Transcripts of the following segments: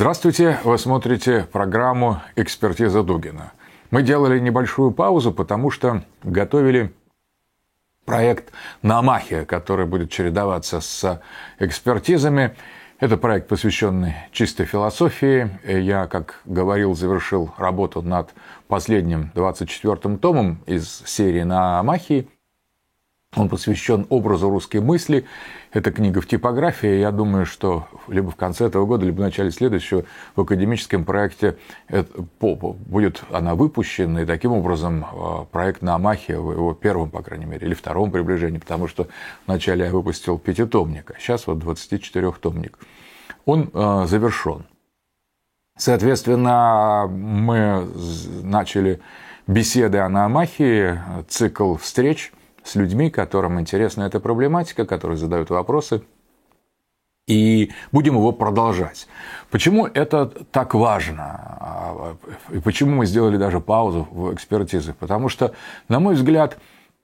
Здравствуйте, вы смотрите программу «Экспертиза Дугина». Мы делали небольшую паузу, потому что готовили проект «Намахия», который будет чередоваться с экспертизами. Это проект, посвященный чистой философии. Я, как говорил, завершил работу над последним 24-м томом из серии «Намахии». Он посвящен образу русской мысли. Это книга в типографии. Я думаю, что либо в конце этого года, либо в начале следующего в академическом проекте будет она выпущена. И таким образом проект «Намахия» в его первом, по крайней мере, или втором приближении, потому что вначале я выпустил 5-томник, а сейчас вот 24-томник. Он завершен. Соответственно, мы начали беседы о Намахии, цикл встреч с людьми, которым интересна эта проблематика, которые задают вопросы, и будем его продолжать. Почему это так важно? И почему мы сделали даже паузу в экспертизе? Потому что, на мой взгляд,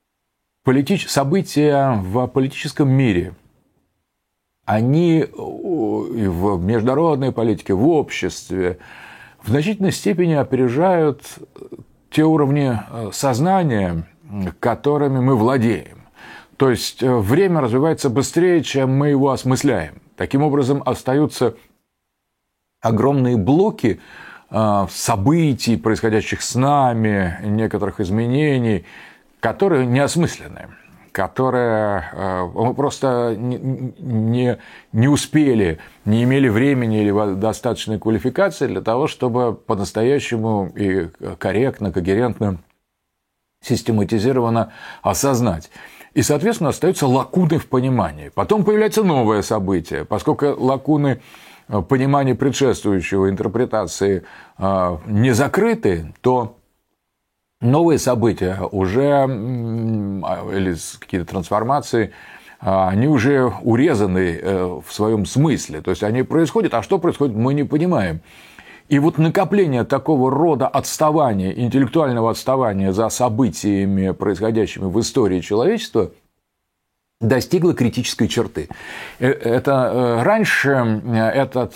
события в политическом мире, они и в международной политике, в обществе в значительной степени опережают те уровни сознания, которыми мы владеем. То есть время развивается быстрее, чем мы его осмысляем. Таким образом, остаются огромные блоки событий, происходящих с нами, некоторых изменений, которые неосмысленны, которые мы просто не успели, не имели времени или достаточной квалификации для того, чтобы по-настоящему и корректно, когерентно, систематизированно осознать. И, соответственно, остаются лакуны в понимании. Потом появляется новое событие. Поскольку лакуны понимания предшествующего интерпретации не закрыты, то новые события уже, или какие-то трансформации, они уже урезаны в своем смысле. То есть они происходят, а что происходит, мы не понимаем. И вот накопление такого рода отставания, интеллектуального отставания за событиями, происходящими в истории человечества, достигло критической черты. Это раньше этот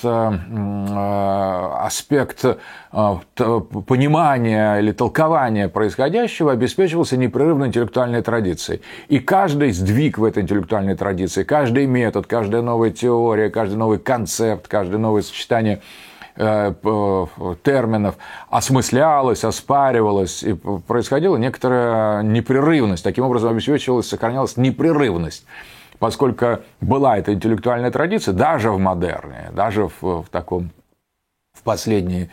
аспект понимания или толкования происходящего обеспечивался непрерывной интеллектуальной традицией. И каждый сдвиг в этой интеллектуальной традиции, каждый метод, каждая новая теория, каждый новый концепт, каждое новое сочетание терминов осмыслялось, оспаривалось, и происходила некоторая непрерывность. Таким образом обеспечивалась, сохранялась непрерывность, поскольку была эта интеллектуальная традиция даже в модерне, даже в последний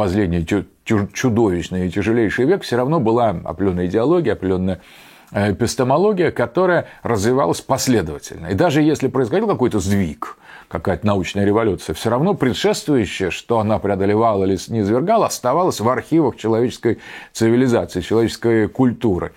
чудовищный и тяжелейший век все равно была определенная идеология, определенная эпистемология, которая развивалась последовательно. И даже если происходил какой-то сдвиг, какая-то научная революция, все равно предшествующее, что она преодолевала или низвергала, оставалось в архивах человеческой цивилизации, человеческой культуры.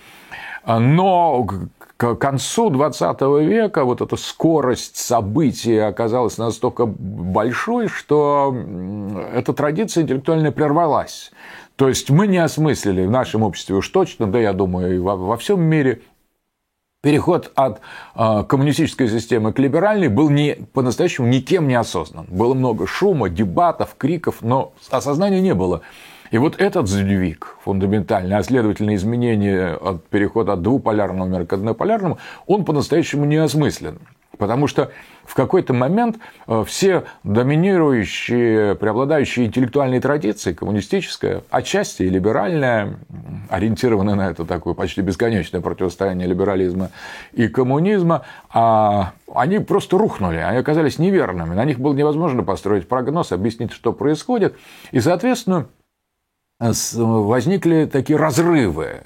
Но к концу 20 века вот эта скорость событий оказалась настолько большой, что эта традиция интеллектуально прервалась. То есть мы не осмыслили в нашем обществе уж точно, да я думаю и во всем мире, переход от коммунистической системы к либеральной был по-настоящему никем не осознан. Было много шума, дебатов, криков, но осознания не было. И вот этот сдвиг фундаментальный, а следовательно изменение от перехода от двуполярного мира к однополярному, он по-настоящему не осмыслен. Потому что в какой-то момент все доминирующие, преобладающие интеллектуальные традиции, коммунистическая, отчасти и либеральная, ориентированная на это такое почти бесконечное противостояние либерализма и коммунизма, они просто рухнули, они оказались неверными. На них было невозможно построить прогноз, объяснить, что происходит. И, соответственно, возникли такие разрывы,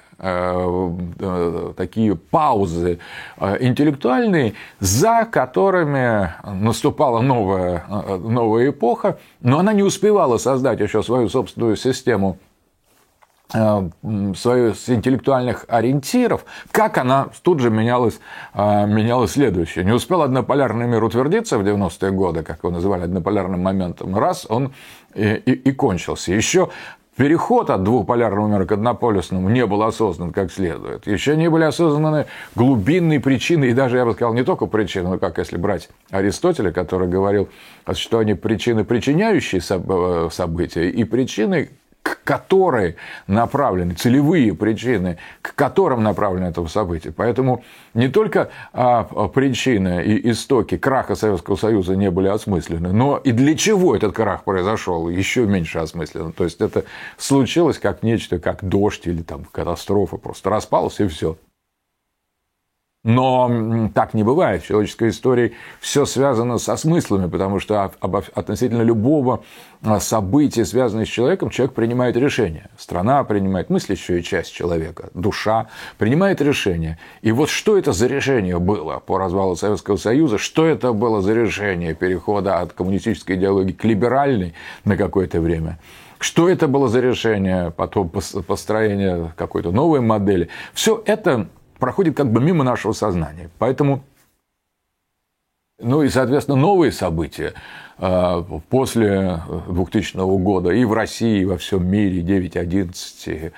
такие паузы интеллектуальные, за которыми наступала новая эпоха, но она не успевала создать еще свою собственную систему, свою интеллектуальных ориентиров, как она тут же менялась следующее. Не успел однополярный мир утвердиться в 90-е годы, как его называли однополярным моментом, раз он и кончился. Еще Переход от двухполярного мира к однополюсному не был осознан как следует. Еще не были осознаны глубинные причины, и даже, я бы сказал, не только причины, но как если брать Аристотеля, который говорил, что они причины, причиняющие события, и причины, к которой направлены, целевые причины, к которым направлено это событие. Поэтому не только причины и истоки краха Советского Союза не были осмыслены, но и для чего этот крах произошел, еще меньше осмысленно. То есть это случилось как нечто, как дождь или там катастрофа, просто распалось и все. Но так не бывает. В человеческой истории все связано со смыслами, потому что относительно любого события, связанного с человеком, человек принимает решение. Страна принимает, мыслящая часть человека, душа принимает решение. И вот что это за решение было по развалу Советского Союза, что это было за решение перехода от коммунистической идеологии к либеральной на какое-то время, что это было за решение потом построения какой-то новой модели. Все это проходит как бы мимо нашего сознания. Поэтому, ну и, соответственно, новые события после 2000 года и в России, и во всем мире, 9/11,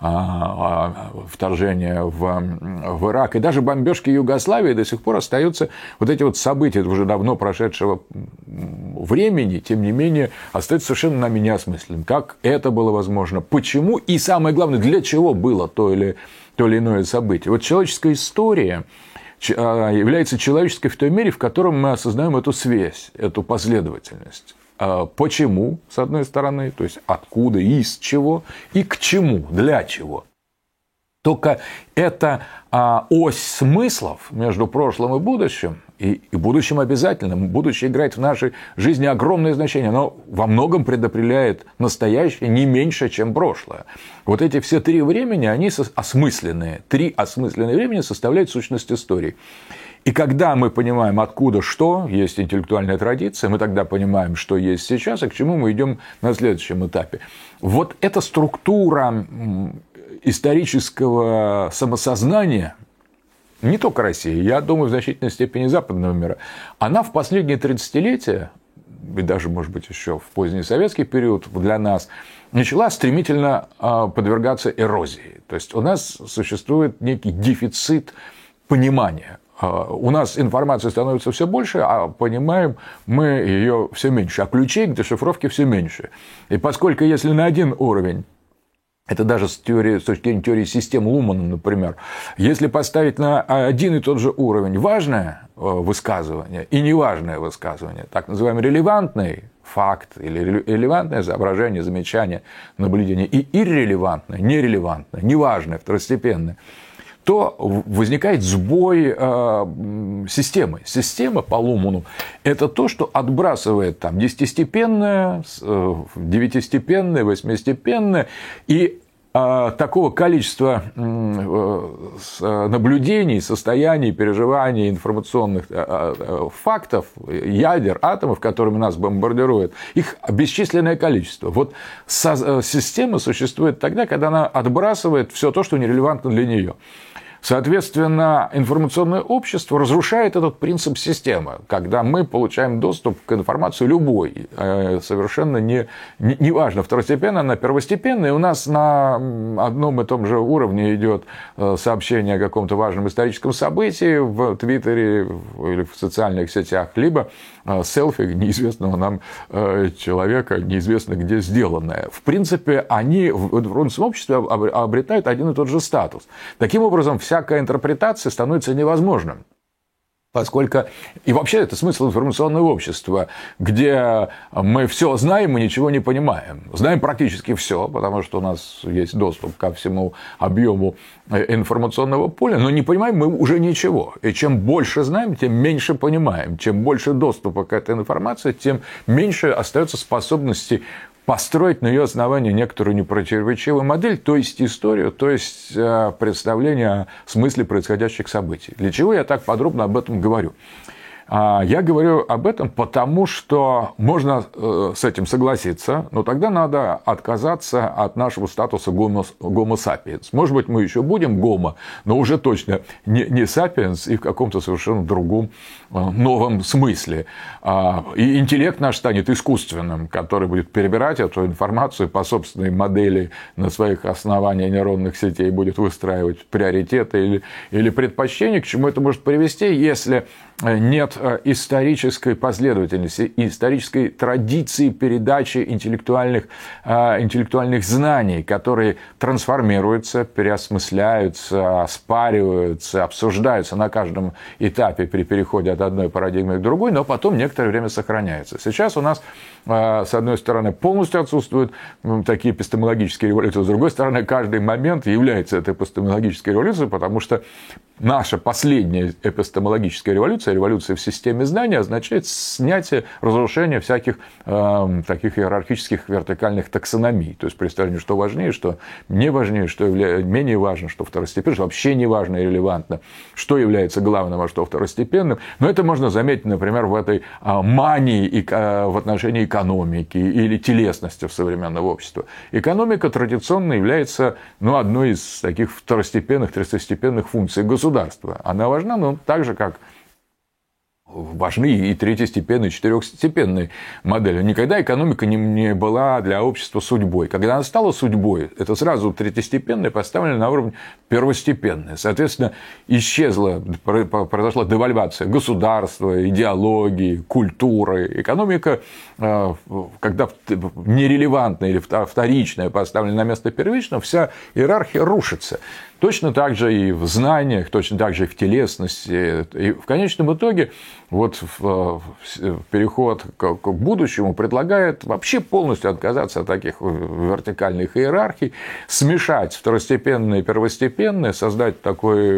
вторжение в Ирак, и даже бомбежки Югославии до сих пор остаются вот эти вот события уже давно прошедшего времени, тем не менее, остаются совершенно нами неосмысленным. Как это было возможно, почему и, самое главное, для чего было то или иное событие. Вот человеческая история является человеческой в той мере, в котором мы осознаем эту связь, эту последовательность. Почему, с одной стороны, то есть откуда, из чего, и к чему, для чего. Только эта ось смыслов между прошлым и будущим, и будущим обязательно, будущее играет в нашей жизни огромное значение, но во многом предопределяет настоящее не меньше, чем прошлое. Вот эти все три времени, они осмысленные. Три осмысленные времени составляют сущность истории. И когда мы понимаем, откуда что, есть интеллектуальная традиция, мы тогда понимаем, что есть сейчас, и к чему мы идем на следующем этапе. Вот эта структура исторического самосознания, не только России, я думаю, в значительной степени западного мира, она в последние 30-летия, и даже, может быть, еще в поздний советский период для нас, начала стремительно подвергаться эрозии. То есть у нас существует некий дефицит понимания. У нас информации становится все больше, а понимаем мы ее все меньше, а ключей к дешифровке все меньше. И поскольку если на один уровень, это даже с точки зрения теории систем Лумана, например, если поставить на один и тот же уровень важное высказывание и неважное высказывание, так называемый релевантный факт или релевантное соображение, замечание, наблюдение и иррелевантное, нерелевантное, неважное, второстепенное, то возникает сбой системы. Система по Луману – это то, что отбрасывает там десятистепенное, девятистепенное, восьмистепенное, и такого количества наблюдений, состояний, переживаний, информационных фактов, ядер, атомов, которыми нас бомбардируют, их бесчисленное количество. Вот система существует тогда, когда она отбрасывает все то, что нерелевантно для нее. Соответственно, информационное общество разрушает этот принцип системы, когда мы получаем доступ к информации любой, совершенно неважно, второстепенно, она первостепенная, и у нас на одном и том же уровне идет сообщение о каком-то важном историческом событии в Твиттере или в социальных сетях, либо селфи неизвестного нам человека, неизвестно где сделанное. В принципе, они в информационном обществе обретают один и тот же статус. Таким образом, всякая интерпретация становится невозможным. Поскольку, и вообще это смысл информационного общества, где мы все знаем и ничего не понимаем. Знаем практически все, потому что у нас есть доступ ко всему объему информационного поля, но не понимаем мы уже ничего. И чем больше знаем, тем меньше понимаем. Чем больше доступа к этой информации, тем меньше остается способности построить на ее основании некоторую непротиворечивую модель, то есть историю, то есть представление о смысле происходящих событий. Для чего я так подробно об этом говорю? Я говорю об этом потому, что можно с этим согласиться, но тогда надо отказаться от нашего статуса гомо sapiens. Может быть, мы еще будем гомо, но уже точно не sapiens и в каком-то совершенно другом новом смысле. И интеллект наш станет искусственным, который будет перебирать эту информацию по собственной модели на своих основаниях нейронных сетей, будет выстраивать приоритеты или предпочтения. К чему это может привести, если нет исторической последовательности, исторической традиции передачи интеллектуальных знаний, которые трансформируются, переосмысляются, оспариваются, обсуждаются на каждом этапе при переходе от одной парадигмы к другой, но потом некоторое время сохраняются. Сейчас у нас, с одной стороны, полностью отсутствуют такие эпистемологические революции, с другой стороны, каждый момент является этой эпистемологической революцией, потому что наша последняя эпистемологическая революция, революция в системе знаний, означает снятие, разрушение всяких таких иерархических вертикальных таксономий. То есть, представление, что важнее, что не важнее, что менее важно, что второстепенно, что вообще не важно и релевантно, что является главным, а что второстепенным. Но это можно заметить, например, в этой мании в отношении экономики или телесности в современном обществе. Экономика традиционно является одной из таких второстепенных, третьестепенных функций государства. Она важна, но так же, как важны и третьестепенные, и четырехстепенные модели. Никогда экономика не была для общества судьбой. Когда она стала судьбой, это сразу третьестепенное поставлено на уровень первостепенное. Соответственно, произошла девальвация государства, идеологии, культуры. Экономика, когда нерелевантная или вторичная поставлена на место первичного, вся иерархия рушится. Точно так же и в знаниях, точно так же и в телесности. И в конечном итоге переход к будущему предлагает вообще полностью отказаться от таких вертикальных иерархий, смешать второстепенное и первостепенное, создать такой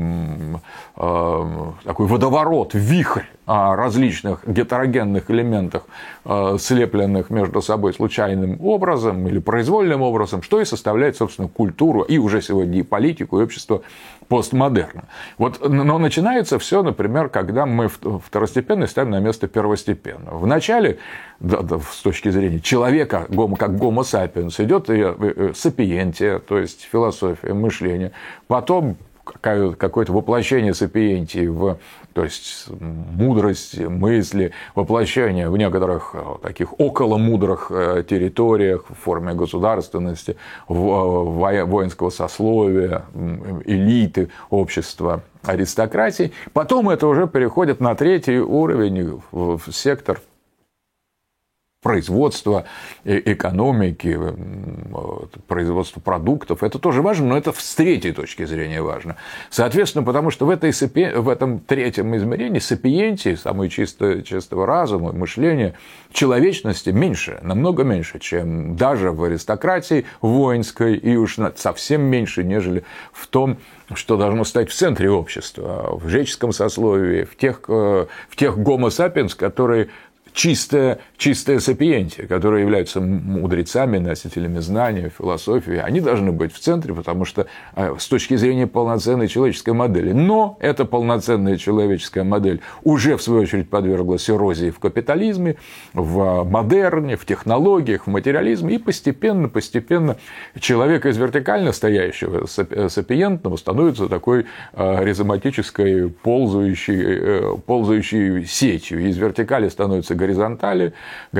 водоворот, вихрь различных гетерогенных элементах, слепленных между собой случайным образом или произвольным образом, что и составляет, собственно, культуру и уже сегодня и политику, и общество постмодерна. Но начинается все, например, когда мы второстепенное ставим на место первостепенного. Вначале, с точки зрения человека, как гомо sapiens, идет сапиентия, то есть философия, мышление, потом какое-то воплощение сапиентии, то есть мудрость, мысли, воплощение в некоторых таких околомудрых территориях в форме государственности, воинского сословия, элиты общества, аристократии. Потом это уже переходит на третий уровень, в сектор производства, экономики, производства продуктов. Это тоже важно, но это с третьей точки зрения важно. Соответственно, потому что в этом третьем измерении сапиентии, самой чистого разума, мышления, человечности меньше, намного меньше, чем даже в аристократии воинской, и уж совсем меньше, нежели в том, что должно стать в центре общества, в жреческом сословии, в тех гомо sapiens, которые чистая сапиентия, которые являются мудрецами, носителями знания, философии, они должны быть в центре, потому что с точки зрения полноценной человеческой модели. Но эта полноценная человеческая модель уже, в свою очередь, подверглась эрозии в капитализме, в модерне, в технологиях, в материализме, и постепенно человек из вертикально стоящего сапиентного становится такой ризоматической ползающей сетью. Из вертикали становится горизонталью,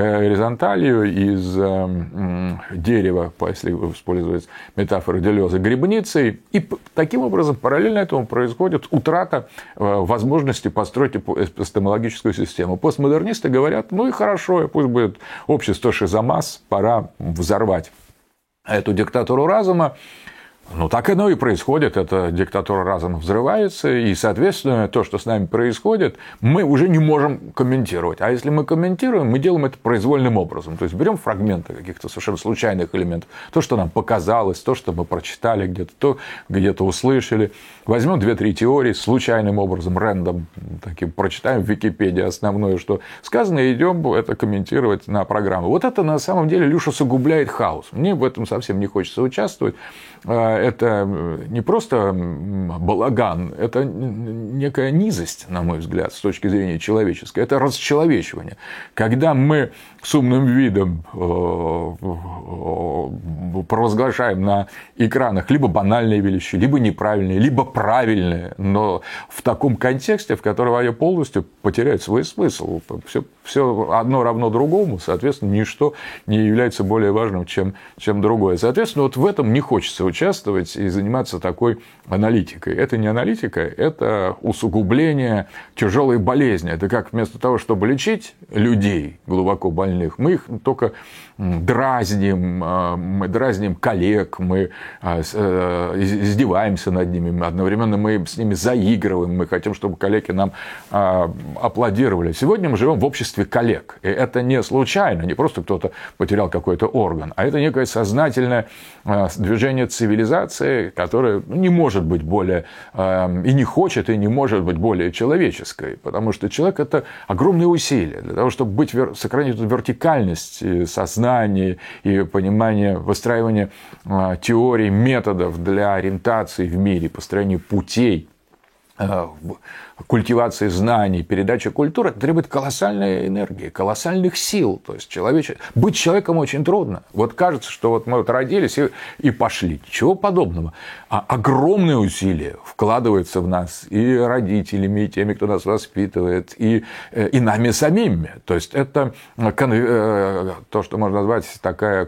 из дерева, если использовать метафору Делеза, грибницей. И таким образом параллельно этому происходит утрата возможности построить эпистемологическую систему. Постмодернисты говорят, и хорошо, пусть будет общество шизомас, пора взорвать эту диктатуру разума. Так оно и происходит, эта диктатура разума взрывается, и, соответственно, то, что с нами происходит, мы уже не можем комментировать. А если мы комментируем, мы делаем это произвольным образом. То есть, берем фрагменты каких-то совершенно случайных элементов, то, что нам показалось, то, что мы прочитали где-то услышали. Возьмем 2-3 теории случайным образом, рэндом, прочитаем в Википедии основное, что сказано, и идем это комментировать на программу. Это на самом деле лишь усугубляет хаос. Мне в этом совсем не хочется участвовать. это не просто балаган, это некая низость, на мой взгляд, с точки зрения человеческой. Это расчеловечивание. Когда мы с умным видом провозглашаем на экранах либо банальные вещи, либо неправильные, либо правильные, но в таком контексте, в котором они полностью потеряют свой смысл. Все одно равно другому, соответственно, ничто не является более важным, чем другое. Соответственно, вот в этом не хочется участвовать и заниматься такой аналитикой. Это не аналитика, это усугубление тяжелой болезни. Это как вместо того, чтобы лечить людей глубоко больных, мы их только дразним, мы дразним коллег, мы издеваемся над ними, одновременно мы с ними заигрываем, мы хотим, чтобы коллеги нам аплодировали. Сегодня мы живем в обществе коллег, и это не случайно, не просто кто-то потерял какой-то орган, а это некое сознательное движение цивилизации, которое не может быть более, и не хочет, и не может быть более человеческой, потому что человек – это огромные усилия для того, чтобы сохранить эту вертикальность сознания и понимание выстраивания теорий, методов для ориентации в мире, построения путей, культивации знаний, передачи культуры, это требует колоссальной энергии, колоссальных сил. То есть быть человеком очень трудно. Вот кажется, что вот мы вот родились и пошли. Ничего подобного. А огромные усилия вкладываются в нас и родителями, и теми, кто нас воспитывает, и нами самими. То есть это то, что можно назвать такая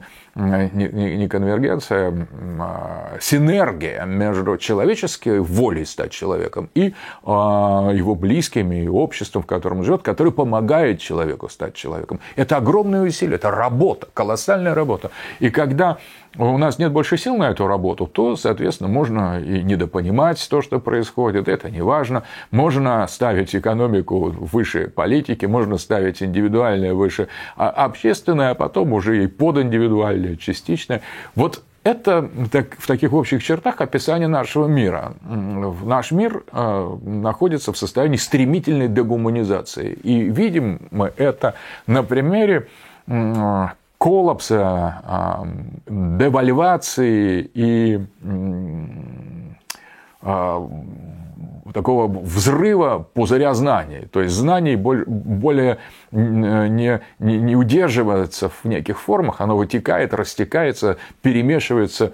не конвергенция, синергия между человеческой волей стать человеком и его близкими, и обществом, в котором он живет, который помогает человеку стать человеком. Это огромное усилие, это работа, колоссальная работа. И когда у нас нет больше сил на эту работу, то, соответственно, можно и недопонимать то, что происходит, это не важно. Можно ставить экономику выше политики, можно ставить индивидуальное выше общественное, а потом уже и подиндивидуальное, частичное. Вот это в таких общих чертах описание нашего мира. Наш мир находится в состоянии стремительной дегуманизации. И видим мы это на примере коллапса, девальвации и такого взрыва пузыря знаний. То есть знаний более не удерживается в неких формах, оно вытекает, растекается, перемешивается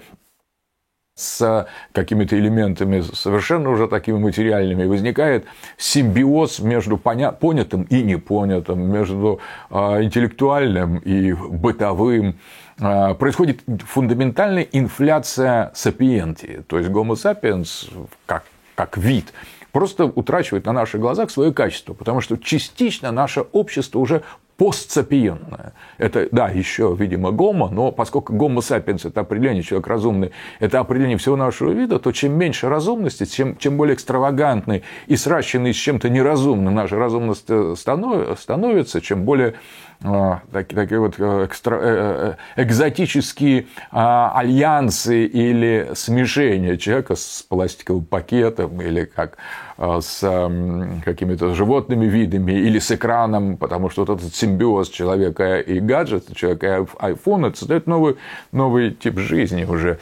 с какими-то элементами совершенно уже такими материальными. Возникает симбиоз между понятым и непонятым, между интеллектуальным и бытовым. Происходит фундаментальная инфляция сапиентии. То есть Homo sapiens как вид просто утрачивает на наших глазах свое качество, потому что частично наше общество уже постсапиентное. Это, да, еще, видимо, гомо, но поскольку гомо сапиенс – это определение, человек разумный, это определение всего нашего вида, то чем меньше разумности, чем более экстравагантный и сращенный с чем-то неразумным наша разумность становится, чем более такие вот экзотические альянсы или смешения человека с пластиковым пакетом или как с какими-то животными видами или с экраном, потому что вот этот симбиоз человека и гаджета, человека и айфона, это создает новый тип жизни уже.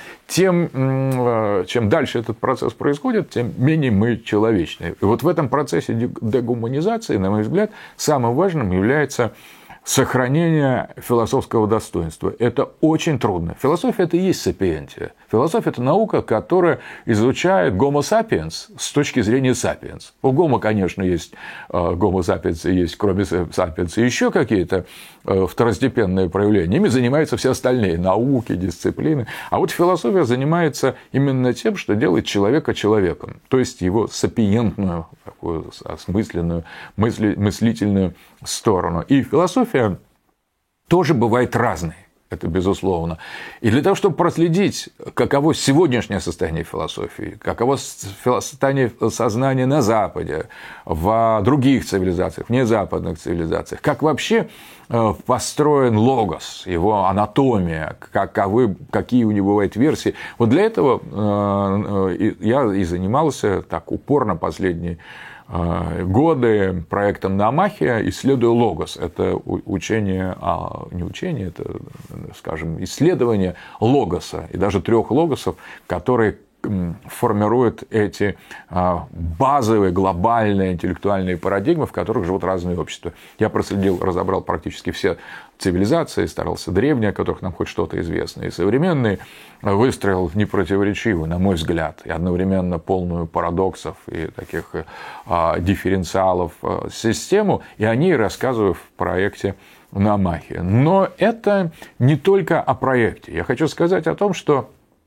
Чем дальше этот процесс происходит, тем менее мы человечны. И вот в этом процессе дегуманизации, на мой взгляд, самым важным является сохранение философского достоинства. Это очень трудно. Философия – это и есть сапиентия. Философия – это наука, которая изучает гомо сапиенс с точки зрения сапиенс. У гомо, конечно, есть гомо сапиенс, есть кроме сапиенса еще какие-то второстепенные проявления. Ими занимаются все остальные науки, дисциплины. А вот философия занимается именно тем, что делает человека человеком. То есть его сапиентную, такую осмысленную, мыслительную сторону. И философия тоже бывает разной. Это безусловно. И для того, чтобы проследить, каково сегодняшнее состояние философии, каково состояние сознания на Западе, в других цивилизациях, в незападных цивилизациях, как вообще построен логос, его анатомия, какие у него бывают версии. Вот для этого я и занимался так упорно последние годы проектом Намахия, исследуя логос. Это учение, не учение, это, скажем, исследование логоса, и даже 3 логосов, которые формируют эти базовые глобальные интеллектуальные парадигмы, в которых живут разные общества. Я проследил, разобрал практически все цивилизации, старался древние, о которых нам хоть что-то известно, и современные, выстроил непротиворечивую, на мой взгляд, и одновременно полную парадоксов и таких дифференциалов систему, и о ней рассказываю в проекте Намахия. Но это не только о проекте. Я хочу сказать о том, что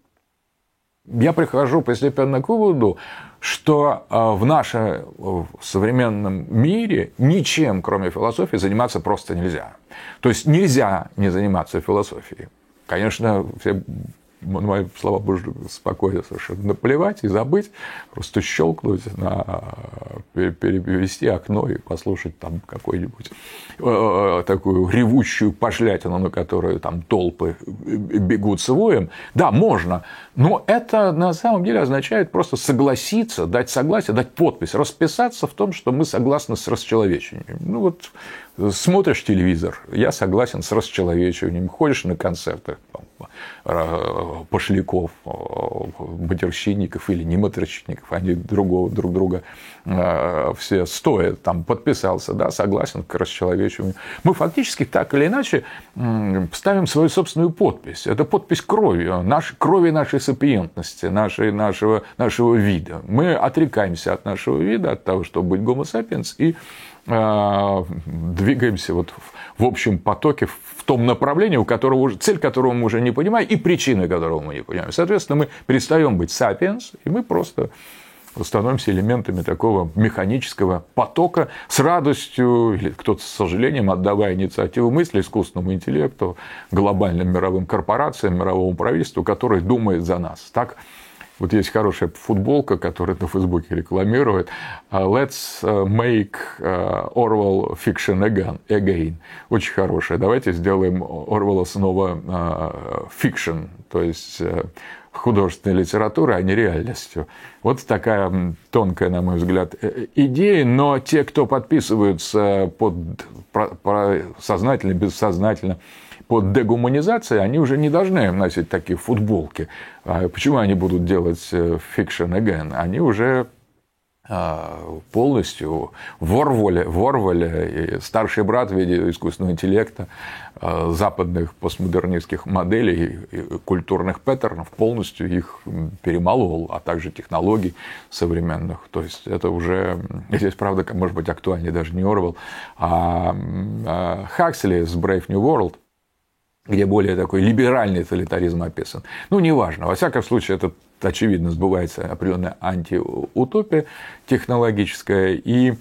я прихожу постепенно к выводу, что в нашем современном мире ничем, кроме философии, заниматься просто нельзя. То есть нельзя не заниматься философией. Конечно, все мои слова можно спокойно совершенно наплевать и забыть, просто щелкнуть, перевести окно и послушать там какую-нибудь такую ревущую пошлятину, на которую там толпы бегут с воем. Да, можно, но это на самом деле означает просто согласиться, дать согласие, дать подпись, расписаться в том, что мы согласны с расчеловечением. Ну вот смотришь телевизор, я согласен с расчеловечиванием, ходишь на концерты пошляков, матерщинников или не матерщинников, они друг друга все стоят, там подписался, да, согласен к расчеловечиванию. Мы фактически так или иначе ставим свою собственную подпись. Это подпись кровью, крови нашей сапиентности, нашего вида. Мы отрекаемся от нашего вида, от того, чтобы быть гомо сапиенс, и двигаемся вот в общем потоке в том направлении, цель которого мы уже не понимаем, и причины которого мы не понимаем. Соответственно, мы перестаем быть сапиенс, и мы просто становимся элементами такого механического потока с радостью, или кто-то с сожалением, отдавая инициативу мысли искусственному интеллекту, глобальным мировым корпорациям, мировому правительству, которое думает за нас. Так, вот есть хорошая футболка, которую на Фейсбуке рекламируют. Let's make Orwell fiction again. Очень хорошая. Давайте сделаем Орвелла снова fiction, то есть художественной литературой, а не реальностью. Вот такая тонкая, на мой взгляд, идея, но те, кто подписываются сознательно, бессознательно под дегуманизацией, они уже не должны носить такие футболки. Почему они будут делать fiction again? Они уже полностью в Орвеле и старший брат в виде искусственного интеллекта, западных постмодернистских моделей и культурных паттернов полностью их перемолол, а также технологий современных. То есть это уже здесь, правда, может быть актуальнее даже не Орвелл, а Хаксли с Brave New World, где более такой либеральный тоталитаризм описан. Ну, неважно. Во всяком случае, это, очевидно, сбывается определенная антиутопия технологическая, и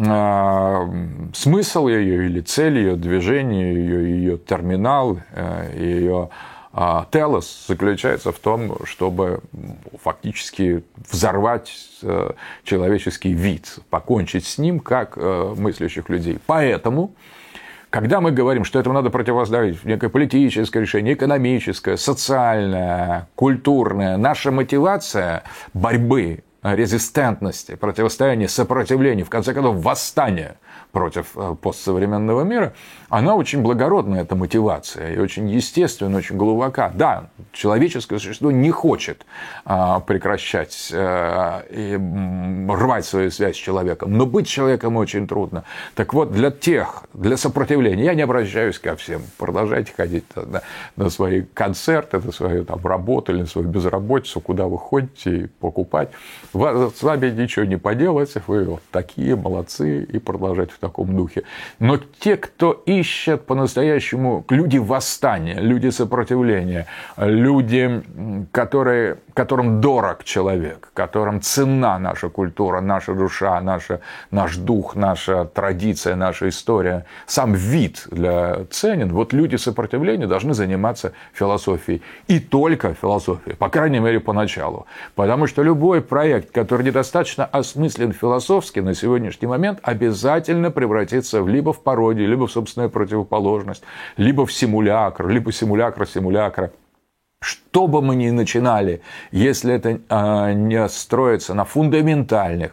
смысл ее или цель ее движения, ее терминал, ее телос заключается в том, чтобы фактически взорвать человеческий вид, покончить с ним как мыслящих людей. Поэтому когда мы говорим, что этому надо противоставить некое политическое решение, экономическое, социальное, культурное, наша мотивация борьбы, резистентности, противостояния, сопротивления, в конце концов, восстания против постсовременного мира, она очень благородная, эта мотивация, и очень естественная, очень глубока. Да, человеческое существо не хочет прекращать и рвать свою связь с человеком, но быть человеком очень трудно. Так вот, для сопротивления, я не обращаюсь ко всем, продолжайте ходить на свои концерты, на свою там работу или на свою безработицу, куда вы ходите и покупать. С вами ничего не поделать, вы вот такие молодцы, и продолжайте в таком духе. Но те, кто ищет по-настоящему, люди восстания, люди сопротивления, люди, которым дорог человек, которым ценна наша культура, наша душа, наш дух, наша традиция, наша история, сам вид ценен, вот люди сопротивления должны заниматься философией. И только философией, по крайней мере, поначалу. Потому что любой проект, который недостаточно осмыслен философски на сегодняшний момент, обязательно превратится либо в пародию, либо в собственную противоположность, либо в симулякр, либо симулякра симулякра. Что бы мы ни начинали, если это не строится на фундаментальных,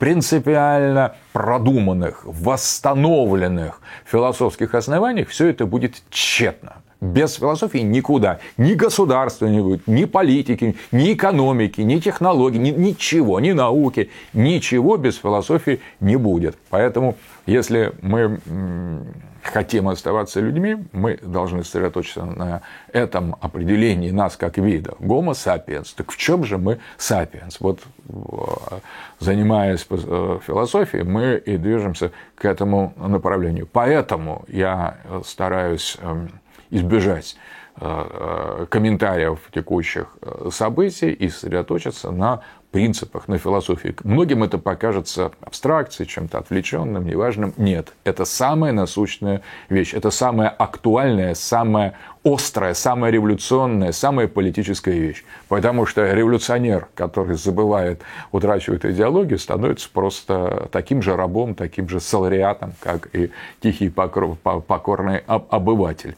принципиально продуманных, восстановленных философских основаниях, все это будет тщетно. Без философии никуда. Ни государства не будет, ни политики, ни экономики, ни технологий, ничего, ни науки. Ничего без философии не будет. Поэтому, если мы хотим оставаться людьми, мы должны сосредоточиться на этом определении нас как вида. Homo sapiens. Так в чем же мы sapiens? Вот, занимаясь философией, мы и движемся к этому направлению. Поэтому я стараюсь избежать комментариев текущих событий и сосредоточиться на принципах, на философии. Многим это покажется абстракцией, чем-то отвлеченным, неважным. Нет, это самая насущная вещь, это самая актуальная, самая острая, самая революционная, самая политическая вещь. Потому что революционер, который забывает, утрачивает идеологию, становится просто таким же рабом, таким же салариатом, как и тихий покорный обыватель.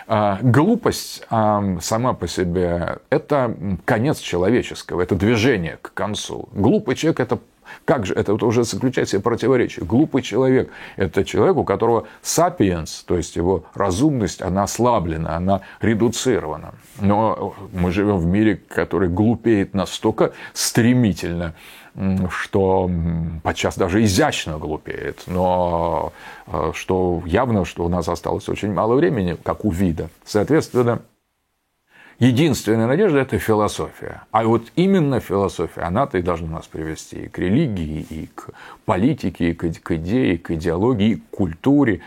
Глупость сама по себе – это конец человеческого, это движение к концу. Глупый человек – это как же? Это уже заключает в себе противоречие. Глупый человек – это человек, у которого сапиенс, то есть его разумность, она ослаблена, она редуцирована. Но мы живем в мире, который глупеет настолько стремительно, что подчас даже изящно глупеет, но что явно, что у нас осталось очень мало времени, как у вида. Соответственно, единственная надежда – это философия. А вот именно философия, она-то и должна нас привести и к религии, и к политике, и к идее, и к идеологии, и к культуре,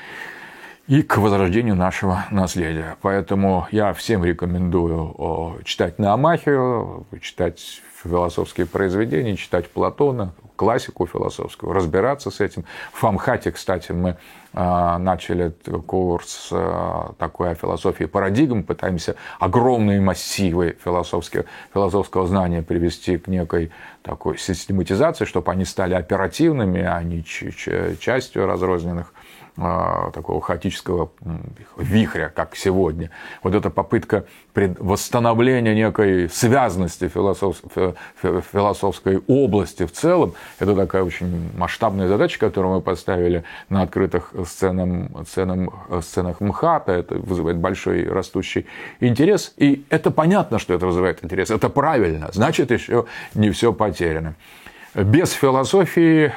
и к возрождению нашего наследия. Поэтому я всем рекомендую читать Неомахию, читать философские произведения, читать Платона, классику философскую, разбираться с этим. В Амхате, кстати, мы начали курс такой о философии парадигм, пытаемся огромные массивы философского знания привести к некой такой систематизации, чтобы они стали оперативными, а не частью разрозненных такого хаотического вихря, как сегодня. Вот эта попытка восстановления некой связности философской области в целом, это такая очень масштабная задача, которую мы поставили на открытых сценах МХАТа. Это вызывает большой растущий интерес. И это понятно, что это вызывает интерес. Это правильно. Значит, еще не все потеряно. Без философии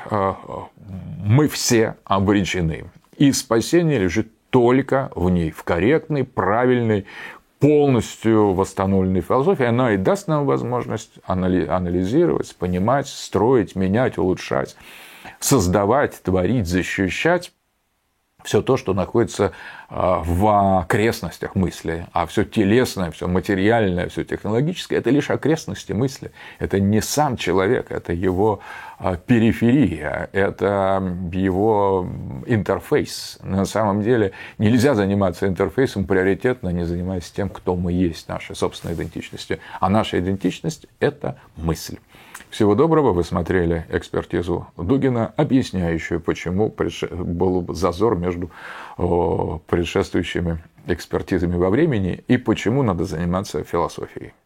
мы все обречены. И спасение лежит только в ней, в корректной, правильной, полностью восстановленной философии. Она и даст нам возможность анализировать, понимать, строить, менять, улучшать, создавать, творить, защищать все то, что находится в окрестностях мысли, а все телесное, все материальное, все технологическое – это лишь окрестности мысли. Это не сам человек, это его периферия, это его интерфейс. На самом деле нельзя заниматься интерфейсом приоритетно, не занимаясь тем, кто мы есть, нашей собственной идентичностью. А наша идентичность – это мысль. Всего доброго. Вы смотрели экспертизу Дугина, объясняющую, почему был зазор между предшествующими экспертизами во времени и почему надо заниматься философией.